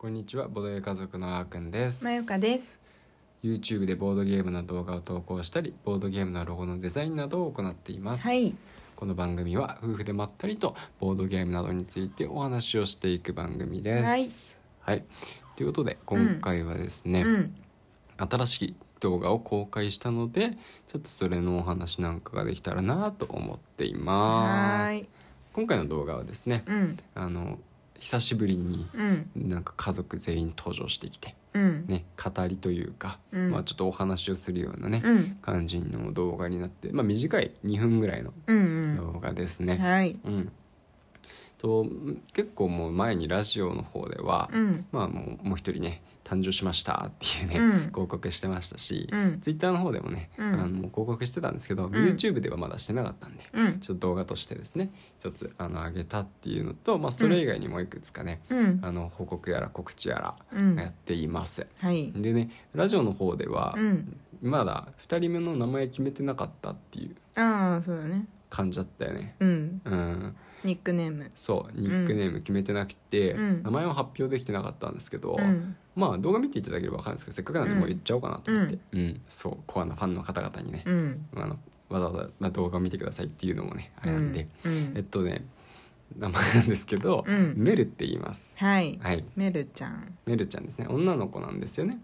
こんにちは、ボードゲー家族のあーくんです。 まゆかです。 YouTube でボードゲームの動画を投稿したり、ボードゲームのロゴのデザインなどを行っています。 はい。 この番組は夫婦でまったりとボードゲームなどについてお話をしていく番組です。 はい、 はい、ということで今回はですね、新しい動画を公開したので、ちょっとそれのお話なんかができたらなと思っています。 はい。 今回の動画はですね、久しぶりになんか家族全員登場してきて、ね、語りというか、ちょっとお話をするようなね、感じの動画になって、短い2分ぐらいの動画ですね。 はい。 結構もう前にラジオの方では、もう一人ね誕生しましたっていうね、広告してましたし、ツイッターの方でもね、もう広告してたんですけど、YouTube ではまだしてなかったんで、ちょっと動画としてですね一つ上げたっていうのと、それ以外にもいくつかね、報告やら告知やらやっています。でね、ラジオの方では、まだ2人目の名前決めてなかったっていうそうだね感じだったよね。 ニックネームニックネーム決めてなくて、名前は発表できてなかったんですけど、動画見ていただければ分かるんですけど、せっかくなんでもう言っちゃおうかなと思って、そうコアなファンの方々にね、わざわざ動画を見てくださいっていうのもねあれなんで、名前なんですけど、メルって言います。はい、 メルちゃんですね。女の子なんですよね。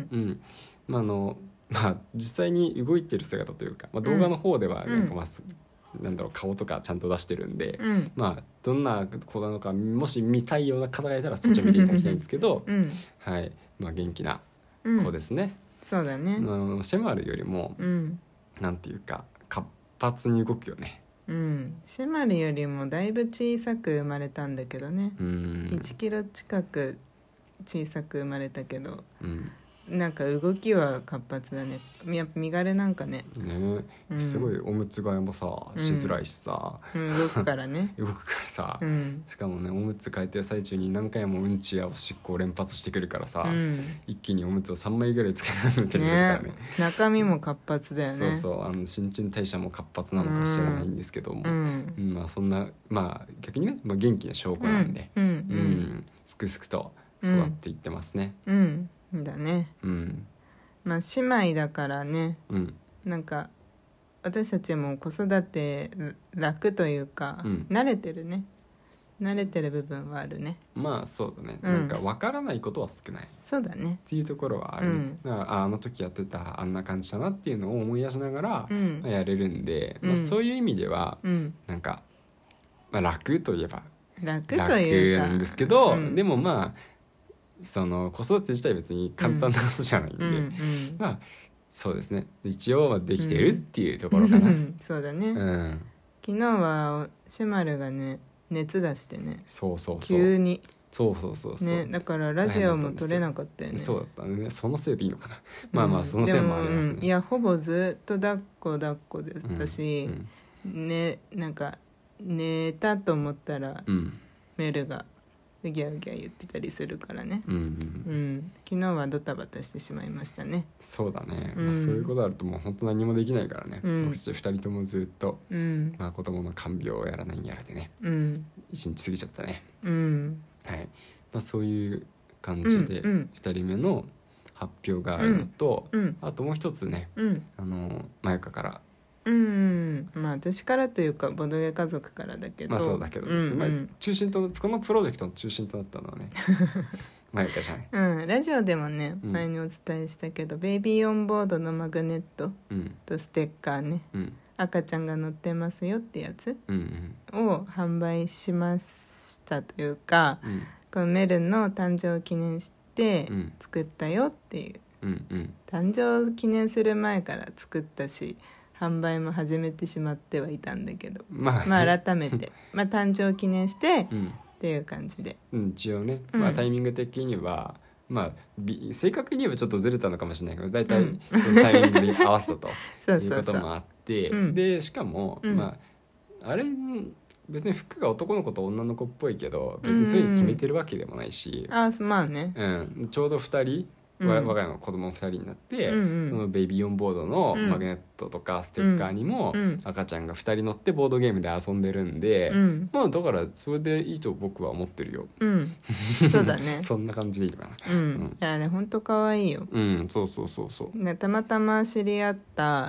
実際に動いてる姿というか、動画の方ではなんか顔とかちゃんと出してるんで、どんな子なのかもし見たいような方がいたらそっちを見ていただきたいんですけど、元気な子ですね。 そうだね。 シェマルよりも、なんていうか活発に動くよね。 シェマルよりもだいぶ小さく生まれたんだけどね。1キロ近く小さく生まれたけど、なんか動きは活発だね。やっぱ身軽なんかね。 すごいおむつ替えもさしづらいしさ、 動くからね動くからさ、しかもねおむつ替えてる最中に何回もうんちやおしっこを連発してくるからさ、一気におむつを3枚ぐらいつけなきゃいけないからね。 中身も活発だよね。 新陳代謝も活発なのか知らないんですけども、そんな逆にね、元気な証拠なんで、すくすくと育っていってますね。 だね。姉妹だからね、なんか私たちも子育て楽というか、慣れてる部分はあるね。 そうだね、なんか分からないことは少ない、 そうだねっていうところはあるね。あの時やってたあんな感じだなっていうのを思い出しながらやれるんで、そういう意味では、なんか、楽といえば楽なんですけど、でもその子育て自体別に簡単なことじゃないんで、そうですね、一応できてるっていうところかな。 そうだね。昨日はシェマルがね熱出してね、急にね、だからラジオも撮れなかったよね。 そうだったね。そのせいでいいのかな。そのせいもありますね。 いやほぼずっと抱っこでしたし、なんか寝たと思ったら、メルがうぎゃうぎゃ言ってたりするからね。昨日はドタバタしてしまいましたね。 そうだね、そういうことあるともう本当何もできないからね、僕たち2人ともずっと、子供の看病をやらないんやらでね、一日過ぎちゃったね。そういう感じで2人目の発表があるのと、あともう一つね、まゆかから私からというかボドゲ家族からだけど、 そうだけど、中心とこのプロジェクトの中心となったのはねまゆかじゃない。 ラジオでもね、前にお伝えしたけど、ベイビーオンボードのマグネットとステッカーね、赤ちゃんが乗ってますよってやつを販売しましたというか、このメルの誕生を記念して作ったよっていう、誕生を記念する前から作ったし販売も始めてしまってはいたんだけど、改めて誕生を記念してっていう感じで、 一応ね、タイミング的には正確に言えばちょっとずれたのかもしれないけど、だいたいタイミングで合わせたということもあってでしかも、あれ別に服が男の子と女の子っぽいけど別にそういうの決めてるわけでもないし、 ちょうど 2人我が家の子供2人になって、そのベイビーオンボードのマグネットとかステッカーにも赤ちゃんが2人乗ってボードゲームで遊んでるんで、まあだからそれでいいと僕は思ってるよ。 そうだねそんな感じでいいかな。 いやあれ本当可愛いよ。 そうそうそうそう。 ね、たまたま知り合った、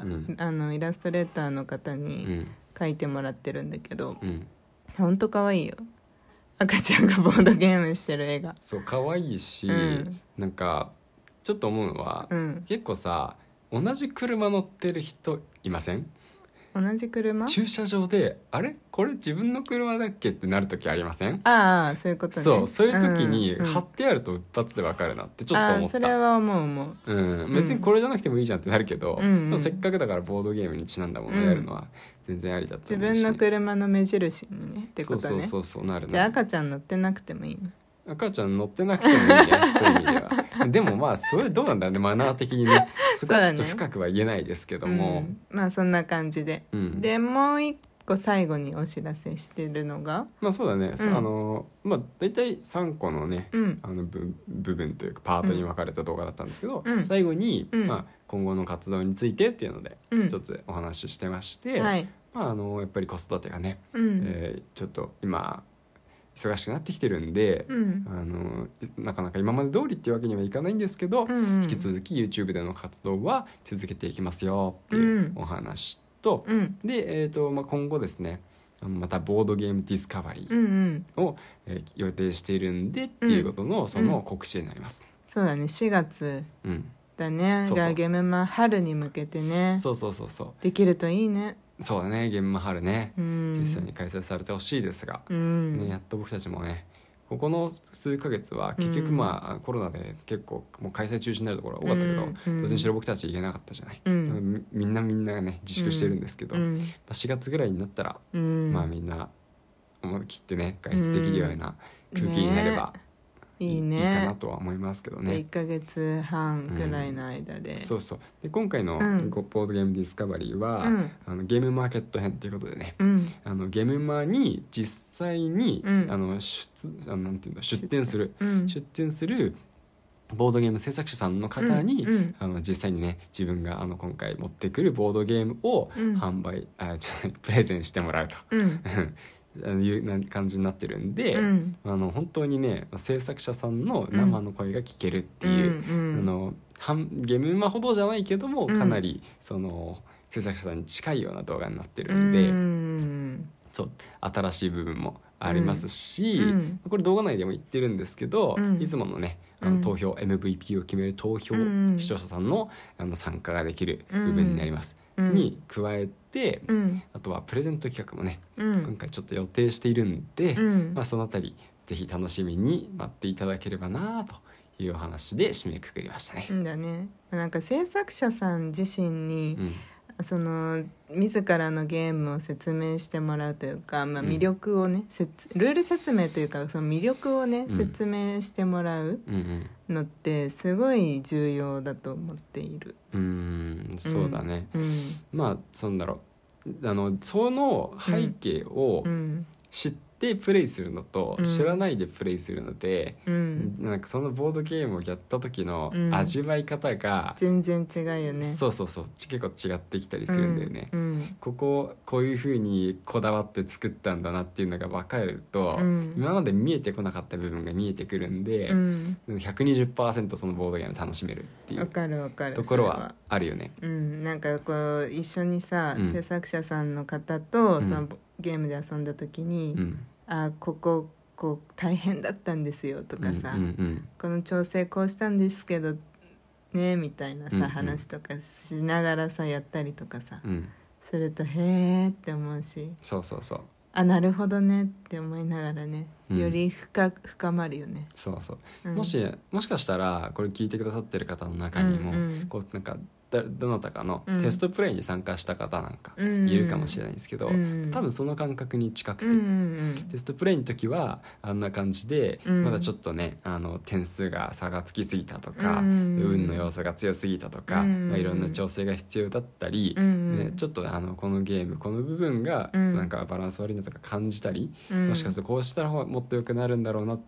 イラストレーターの方に描いてもらってるんだけど、本当可愛いよ。赤ちゃんがボードゲームしてる絵がそう可愛いし、なんかちょっと思うのは、結構さ同じ車乗ってる人いません？ 同じ車？ 駐車場であれこれ自分の車だっけってなる時ありません？ ああそういうことね。 そういう時に貼ってあると一発で分かるなってちょっと思った。 それは思う、別にこれじゃなくてもいいじゃんってなるけど、せっかくだからボードゲームにちなんだものをやるのは全然ありだと思うし、 自分の車の目印にねってことね。 そうなるな。 じゃあ赤ちゃん乗ってなくてもいいの？ 赤ちゃん乗ってなくてもいいねそういう意味では。でもまあそれどうなんだろうね、マナー的にね。そこはちょっと深くは言えないですけども、 まあそんな感じで、でもう一個最後にお知らせしてるのが、 まあそうだね、まあ大体3個のね、部分というかパートに分かれた動画だったんですけど、最後に、まあ、今後の活動についてっていうので一つお話ししてまして、まあやっぱり子育てがね、ちょっと今忙しくなってきてるんで、なかなか今まで通りっていうわけにはいかないんですけど、引き続き YouTube での活動は続けていきますよっていうお話と、で、まあ、今後ですねまたボードゲームディスカバリーを、予定しているんでっていうことのその告知になります。 そうだね、4月だね。じゃあゲームマ春に向けてね、 そうできるといいね。 そうだね、ゲームマ春ね、実際に開催されてほしいですが、ね、やっと僕たちもねここの数ヶ月は結局まあ、コロナで結構もう開催中止になるところが多かったけど、どっちにしろ僕たち行けなかったじゃない、みんながね自粛してるんですけど、まあ、4月ぐらいになったら、まあみんな思い切ってね外出できるような空気になれば、いいかなとは思いますけどね。 1ヶ月半ぐらいの間で、 そうで今回のボードゲームディスカバリーは、ゲームマーケット編ということでね、ゲームマーに実際に、なんていうんだ出店するボードゲーム制作者さんの方に、実際にね自分が今回持ってくるボードゲームを販売、プレゼンしてもらうと、いう感じになってるんで、本当にね制作者さんの生の声が聞けるっていう、ゲームマほどじゃないけどもかなりその制作者さんに近いような動画になってるんで、そう新しい部分もありますし、これ動画内でも言ってるんですけど、いつものね投票 MVP を決める投票、視聴者さんの参加ができる部分になります、に加えて、あとはプレゼント企画もね、今回ちょっと予定しているんで、まあ、そのあたりぜひ楽しみに待っていただければなというお話で締めくくりましたね。 だね、なんか制作者さん自身に、その自らのゲームを説明してもらうというか、まあ、魅力をね、ルール説明というかその魅力をね、説明してもらうのってすごい重要だと思っている。 そうだね、まあそんだろうその背景を知ってプレイするのと、知らないでプレイするので、なんかそのボードゲームをやった時の味わい方が、 全然違うよね。 そう結構違ってきたりするんだよね、こういう風にこだわって作ったんだなっていうのが分かると、今まで見えてこなかった部分が見えてくるんで、120% そのボードゲーム楽しめるっていうところはあるよね。 なんかこう一緒にさ、制作者さんの方とそのゲームで遊んだ時に、こう大変だったんですよとかさ、この調整こうしたんですけどねみたいなさ、話とかしながらさやったりとかさ、するとへーって思うし、なるほどねって思いながらね、より深まるよね。 もしかしたらこれ聞いてくださってる方の中にも、こうなんかどなたかのテストプレイに参加した方なんかいるかもしれないんですけど、多分その感覚に近くて、テストプレイの時はあんな感じで、まだちょっとね点数が差がつきすぎたとか、運の要素が強すぎたとか、いろんな調整が必要だったり、ちょっとこのゲームこの部分がなんかバランス悪いなとか感じたり、もしかするとこうしたらもっと良くなるんだろうなって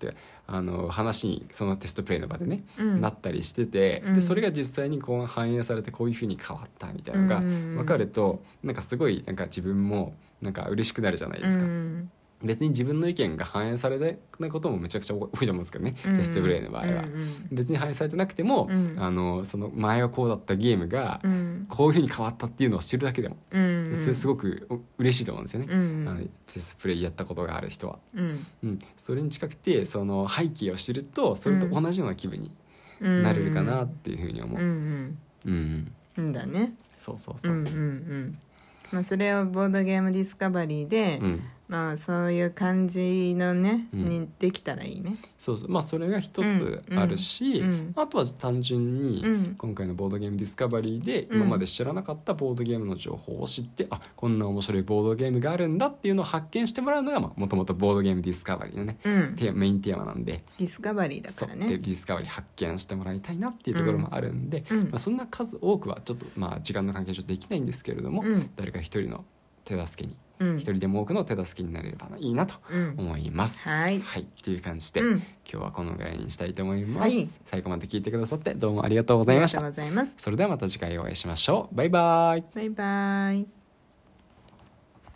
話にそのテストプレイの場でね、なったりしてて、でそれが実際にこう反映されてこういう風に変わったみたいなのが分かると、なんかすごいなんか自分もなんか嬉しくなるじゃないですか。別に自分の意見が反映されないこともめちゃくちゃ多いと思うんですけどね、テストプレイの場合は、別に反映されてなくても、その前はこうだったゲームがこういうふうに変わったっていうのを知るだけでも、それすごく嬉しいと思うんですよね、テストプレイやったことがある人は、それに近くてその背景を知るとそれと同じような気分になれるかなっていうふうに思う。 だね。 そうそうそう、 まあ、それをボードゲームディスカバリーで、まあそういう感じのね、にできたらいいね。 そうそう、まあそれが一つあるし、あとは単純に今回のボードゲームディスカバリーで今まで知らなかったボードゲームの情報を知って、あ、こんな面白いボードゲームがあるんだっていうのを発見してもらうのがもともとボードゲームディスカバリーのね、メインテーマなんで、 ディスカバリーだからね。 ディスカバリー発見してもらいたいなっていうところもあるんで、まあ、そんな数多くはちょっとまあ時間の関係上できないんですけれども、誰か一人の手助けに、一人でも多くの手助けになれればいいなと思います、はいっていう感じで、今日はこのぐらいにしたいと思います、最後まで聞いてくださってどうもありがとうございました。それではまた次回お会いしましょう。バイバイ。 バイバイ。